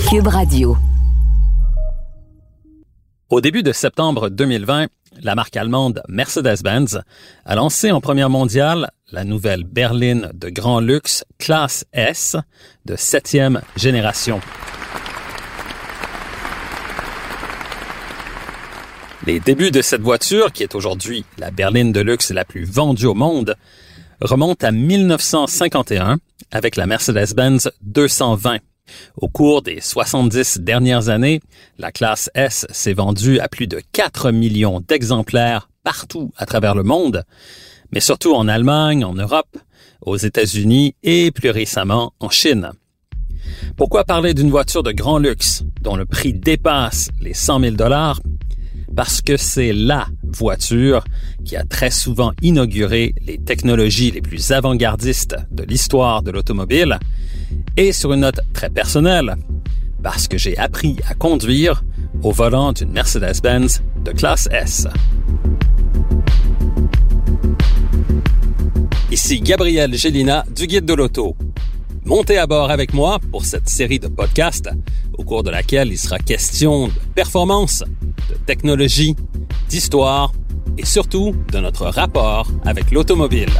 Cube Radio. Au début de septembre 2020, la marque allemande Mercedes-Benz a lancé en première mondiale la nouvelle berline de grand luxe classe S de 7e génération. Les débuts de cette voiture, qui est aujourd'hui la berline de luxe la plus vendue au monde, remontent à 1951 avec la Mercedes-Benz 220. Au cours des 70 dernières années, la classe S s'est vendue à plus de 4 millions d'exemplaires partout à travers le monde, mais surtout en Allemagne, en Europe, aux États-Unis et plus récemment en Chine. Pourquoi parler d'une voiture de grand luxe dont le prix dépasse les 100 000 $? Parce que c'est la voiture qui a très souvent inauguré les technologies les plus avant-gardistes de l'histoire de l'automobile. Et sur une note très personnelle, parce que j'ai appris à conduire au volant d'une Mercedes-Benz de classe S. Ici Gabriel Gélina du Guide de l'Auto. Montez à bord avec moi pour cette série de podcasts au cours de laquelle il sera question de performance, de technologie, d'histoire et surtout de notre rapport avec l'automobile.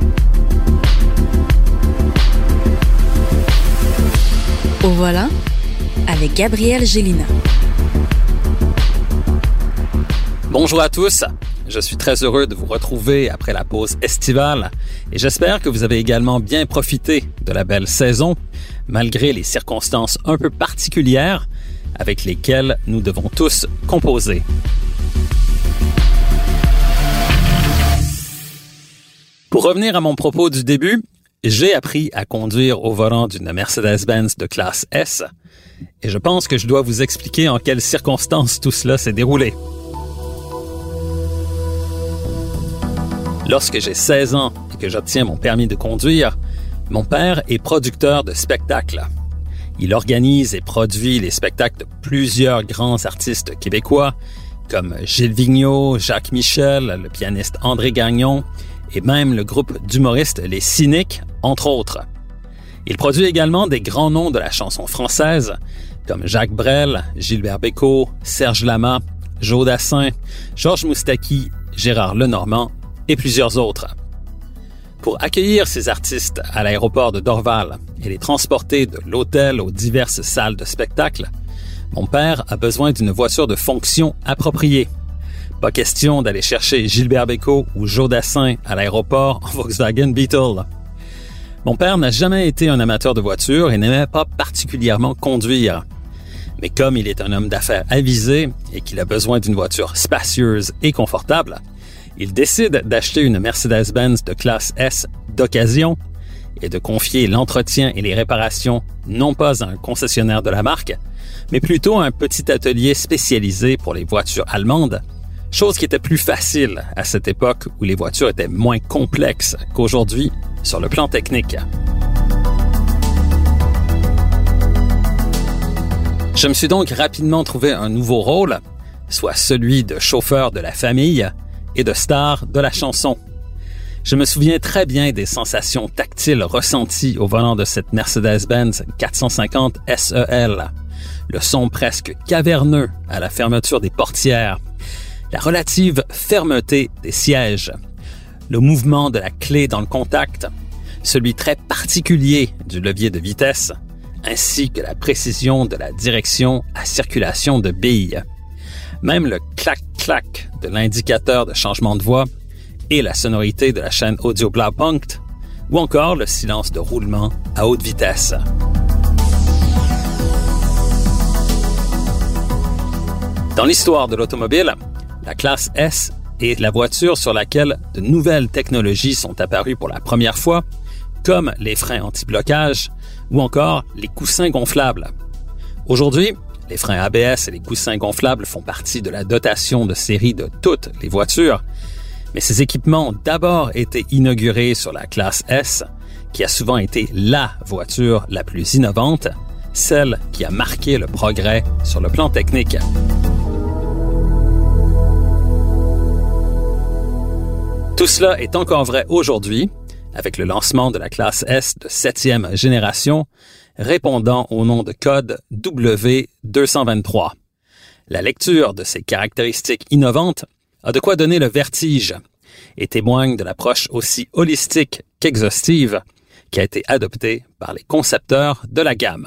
Au volant avec Gabriel Gélina. Bonjour à tous, je suis très heureux de vous retrouver après la pause estivale et j'espère que vous avez également bien profité de la belle saison, malgré les circonstances un peu particulières avec lesquelles nous devons tous composer. Pour revenir à mon propos du début, j'ai appris à conduire au volant d'une Mercedes-Benz de classe S et je pense que je dois vous expliquer en quelles circonstances tout cela s'est déroulé. Lorsque j'ai 16 ans et que j'obtiens mon permis de conduire, mon père est producteur de spectacles. Il organise et produit les spectacles de plusieurs grands artistes québécois comme Gilles Vigneault, Jacques Michel, le pianiste André Gagnon et même le groupe d'humoristes Les Cyniques, entre autres. Il produit également des grands noms de la chanson française comme Jacques Brel, Gilbert Bécaud, Serge Lama, Joe Dassin, Georges Moustaki, Gérard Lenormand et plusieurs autres. Pour accueillir ces artistes à l'aéroport de Dorval et les transporter de l'hôtel aux diverses salles de spectacle, mon père a besoin d'une voiture de fonction appropriée. Pas question d'aller chercher Gilbert Bécaud ou Joe Dassin à l'aéroport en Volkswagen Beetle. Mon père n'a jamais été un amateur de voitures et n'aimait pas particulièrement conduire. Mais comme il est un homme d'affaires avisé et qu'il a besoin d'une voiture spacieuse et confortable, il décide d'acheter une Mercedes-Benz de classe S d'occasion et de confier l'entretien et les réparations non pas à un concessionnaire de la marque, mais plutôt à un petit atelier spécialisé pour les voitures allemandes, chose qui était plus facile à cette époque où les voitures étaient moins complexes qu'aujourd'hui sur le plan technique. Je me suis donc rapidement trouvé un nouveau rôle, soit celui de chauffeur de la famille et de star de la chanson. Je me souviens très bien des sensations tactiles ressenties au volant de cette Mercedes-Benz 450 SEL. Le son presque caverneux à la fermeture des portières, la relative fermeté des sièges, le mouvement de la clé dans le contact, celui très particulier du levier de vitesse, ainsi que la précision de la direction à circulation de billes. Même le clac-clac de l'indicateur de changement de voie et la sonorité de la chaîne audio Blaupunkt, ou encore le silence de roulement à haute vitesse. Dans l'histoire de l'automobile, la classe S est la voiture sur laquelle de nouvelles technologies sont apparues pour la première fois, comme les freins anti-blocage ou encore les coussins gonflables. Aujourd'hui, les freins ABS et les coussins gonflables font partie de la dotation de série de toutes les voitures, mais ces équipements ont d'abord été inaugurés sur la classe S, qui a souvent été la voiture la plus innovante, celle qui a marqué le progrès sur le plan technique. Tout cela est encore vrai aujourd'hui, avec le lancement de la classe S de 7e génération répondant au nom de code W223. La lecture de ces caractéristiques innovantes a de quoi donner le vertige et témoigne de l'approche aussi holistique qu'exhaustive qui a été adoptée par les concepteurs de la gamme.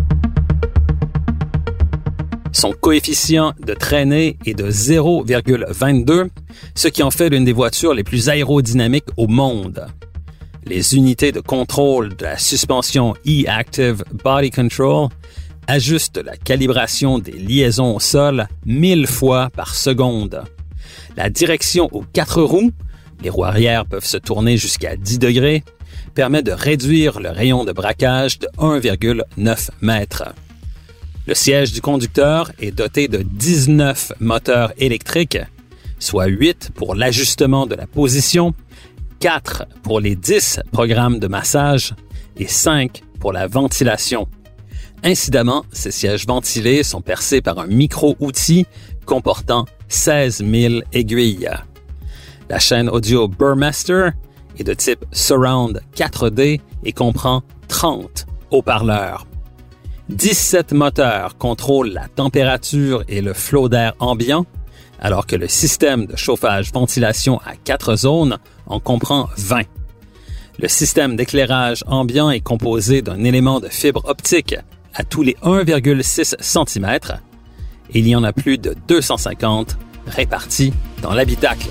Son coefficient de traînée est de 0,22, ce qui en fait l'une des voitures les plus aérodynamiques au monde. Les unités de contrôle de la suspension E-Active Body Control ajustent la calibration des liaisons au sol 1000 fois par seconde. La direction aux 4 roues, les roues arrière peuvent se tourner jusqu'à 10 degrés, permet de réduire le rayon de braquage de 1,9 mètres. Le siège du conducteur est doté de 19 moteurs électriques, soit 8 pour l'ajustement de la position, 4 pour les 10 programmes de massage et 5 pour la ventilation. Incidemment, ces sièges ventilés sont percés par un micro-outil comportant 16 000 aiguilles. La chaîne audio Burmester est de type Surround 4D et comprend 30 haut-parleurs. 17 moteurs contrôlent la température et le flot d'air ambiant, alors que le système de chauffage-ventilation à 4 zones en comprend 20. Le système d'éclairage ambiant est composé d'un élément de fibre optique à tous les 1,6 cm et il y en a plus de 250 répartis dans l'habitacle.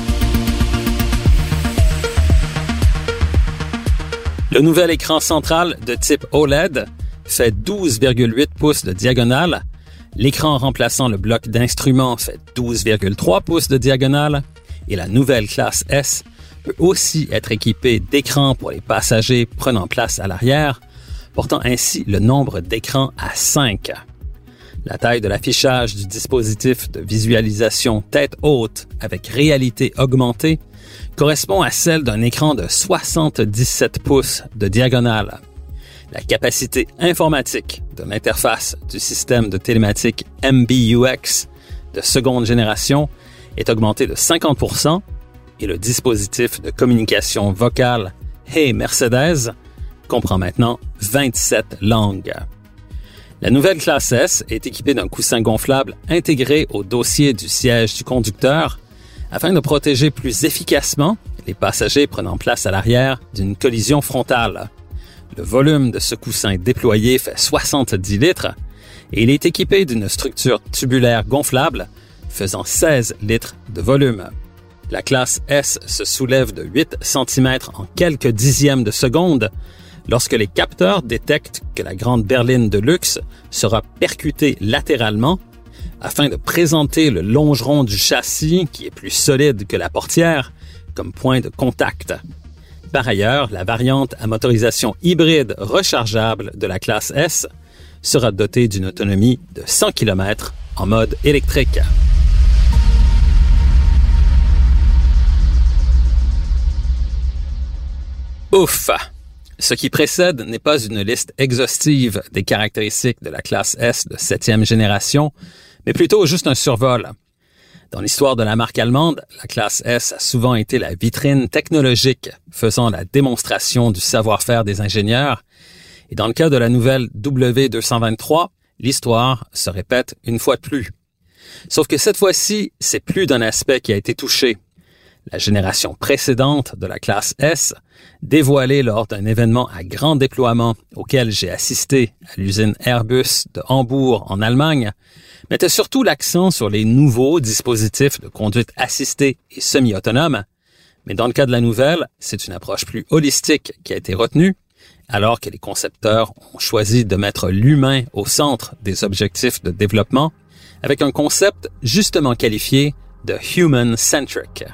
Le nouvel écran central de type OLED fait 12,8 pouces de diagonale. L'écran remplaçant le bloc d'instruments fait 12,3 pouces de diagonale. Et la nouvelle classe S peut aussi être équipée d'écrans pour les passagers prenant place à l'arrière, portant ainsi le nombre d'écrans à 5. La taille de l'affichage du dispositif de visualisation tête haute avec réalité augmentée correspond à celle d'un écran de 77 pouces de diagonale. La capacité informatique de l'interface du système de télématique MBUX de seconde génération est augmentée de 50% et le dispositif de communication vocale Hey Mercedes comprend maintenant 27 langues. La nouvelle classe S est équipée d'un coussin gonflable intégré au dossier du siège du conducteur afin de protéger plus efficacement les passagers prenant place à l'arrière d'une collision frontale. Le volume de ce coussin déployé fait 70 litres et il est équipé d'une structure tubulaire gonflable faisant 16 litres de volume. La classe S se soulève de 8 cm en quelques dixièmes de seconde lorsque les capteurs détectent que la grande berline de luxe sera percutée latéralement afin de présenter le longeron du châssis, qui est plus solide que la portière, comme point de contact. Par ailleurs, la variante à motorisation hybride rechargeable de la classe S sera dotée d'une autonomie de 100 km en mode électrique. Ouf! Ce qui précède n'est pas une liste exhaustive des caractéristiques de la classe S de 7e génération, mais plutôt juste un survol. Dans l'histoire de la marque allemande, la classe S a souvent été la vitrine technologique faisant la démonstration du savoir-faire des ingénieurs. Et dans le cas de la nouvelle W223, l'histoire se répète une fois de plus. Sauf que cette fois-ci, c'est plus d'un aspect qui a été touché. La génération précédente de la classe S, dévoilée lors d'un événement à grand déploiement auquel j'ai assisté à l'usine Airbus de Hambourg en Allemagne, mettait surtout l'accent sur les nouveaux dispositifs de conduite assistée et semi-autonome. Mais dans le cas de la nouvelle, c'est une approche plus holistique qui a été retenue, alors que les concepteurs ont choisi de mettre l'humain au centre des objectifs de développement, avec un concept justement qualifié de human-centric.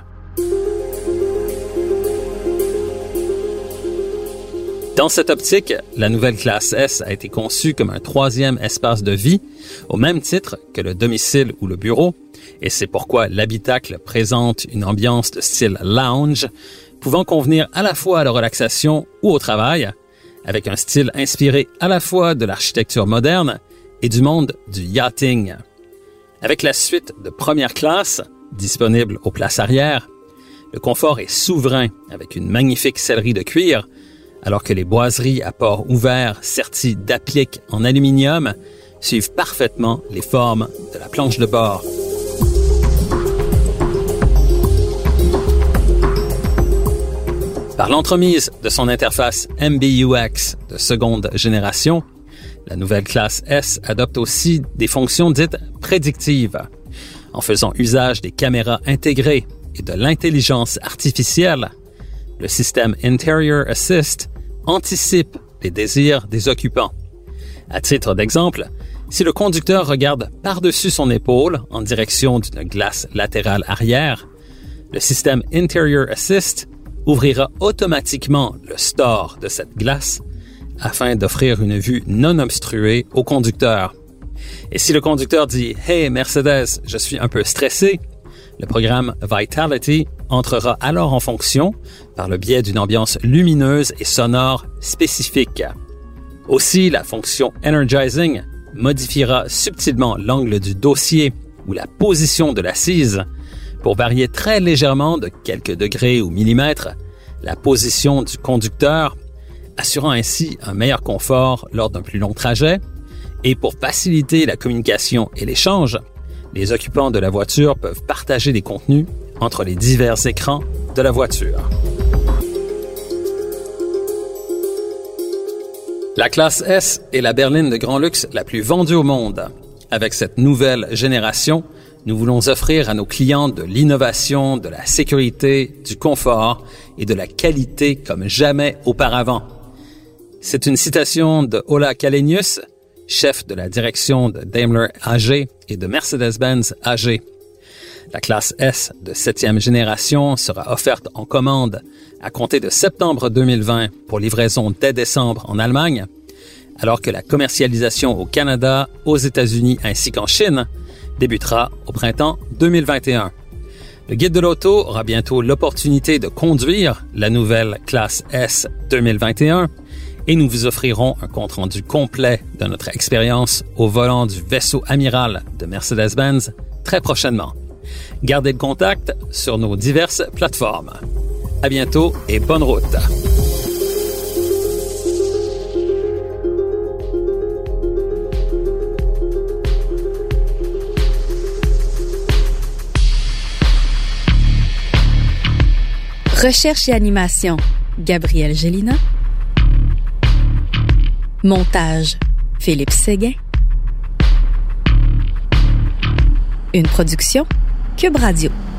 Dans cette optique, la nouvelle classe S a été conçue comme un troisième espace de vie, au même titre que le domicile ou le bureau, et c'est pourquoi l'habitacle présente une ambiance de style lounge, pouvant convenir à la fois à la relaxation ou au travail, avec un style inspiré à la fois de l'architecture moderne et du monde du yachting. Avec la suite de première classe, disponible aux places arrière, le confort est souverain avec une magnifique sellerie de cuir, alors que les boiseries à port ouvert serties d'appliques en aluminium suivent parfaitement les formes de la planche de bord. Par l'entremise de son interface MBUX de seconde génération, la nouvelle classe S adopte aussi des fonctions dites prédictives. En faisant usage des caméras intégrées et de l'intelligence artificielle, le système Interior Assist anticipe les désirs des occupants. À titre d'exemple, si le conducteur regarde par-dessus son épaule en direction d'une glace latérale arrière, le système Interior Assist ouvrira automatiquement le store de cette glace afin d'offrir une vue non obstruée au conducteur. Et si le conducteur dit « Hey Mercedes, je suis un peu stressé », le programme Vitality entrera alors en fonction par le biais d'une ambiance lumineuse et sonore spécifique. Aussi, la fonction Energizing modifiera subtilement l'angle du dossier ou la position de l'assise pour varier très légèrement de quelques degrés ou millimètres la position du conducteur, assurant ainsi un meilleur confort lors d'un plus long trajet. Et pour faciliter la communication et l'échange, les occupants de la voiture peuvent partager des contenus entre les divers écrans de la voiture. La classe S est la berline de grand luxe la plus vendue au monde. Avec cette nouvelle génération, nous voulons offrir à nos clients de l'innovation, de la sécurité, du confort et de la qualité comme jamais auparavant. C'est une citation de Ola Källenius, chef de la direction de Daimler AG et de Mercedes-Benz AG. La classe S de 7e génération sera offerte en commande à compter de septembre 2020 pour livraison dès décembre en Allemagne, alors que la commercialisation au Canada, aux États-Unis ainsi qu'en Chine débutera au printemps 2021. Le Guide de l'auto aura bientôt l'opportunité de conduire la nouvelle classe S 2021 et nous vous offrirons un compte-rendu complet de notre expérience au volant du vaisseau amiral de Mercedes-Benz très prochainement. Gardez le contact sur nos diverses plateformes. À bientôt et bonne route! Recherche et animation, Gabrielle Gélina. Montage, Philippe Séguin. Une production, Cube Radio.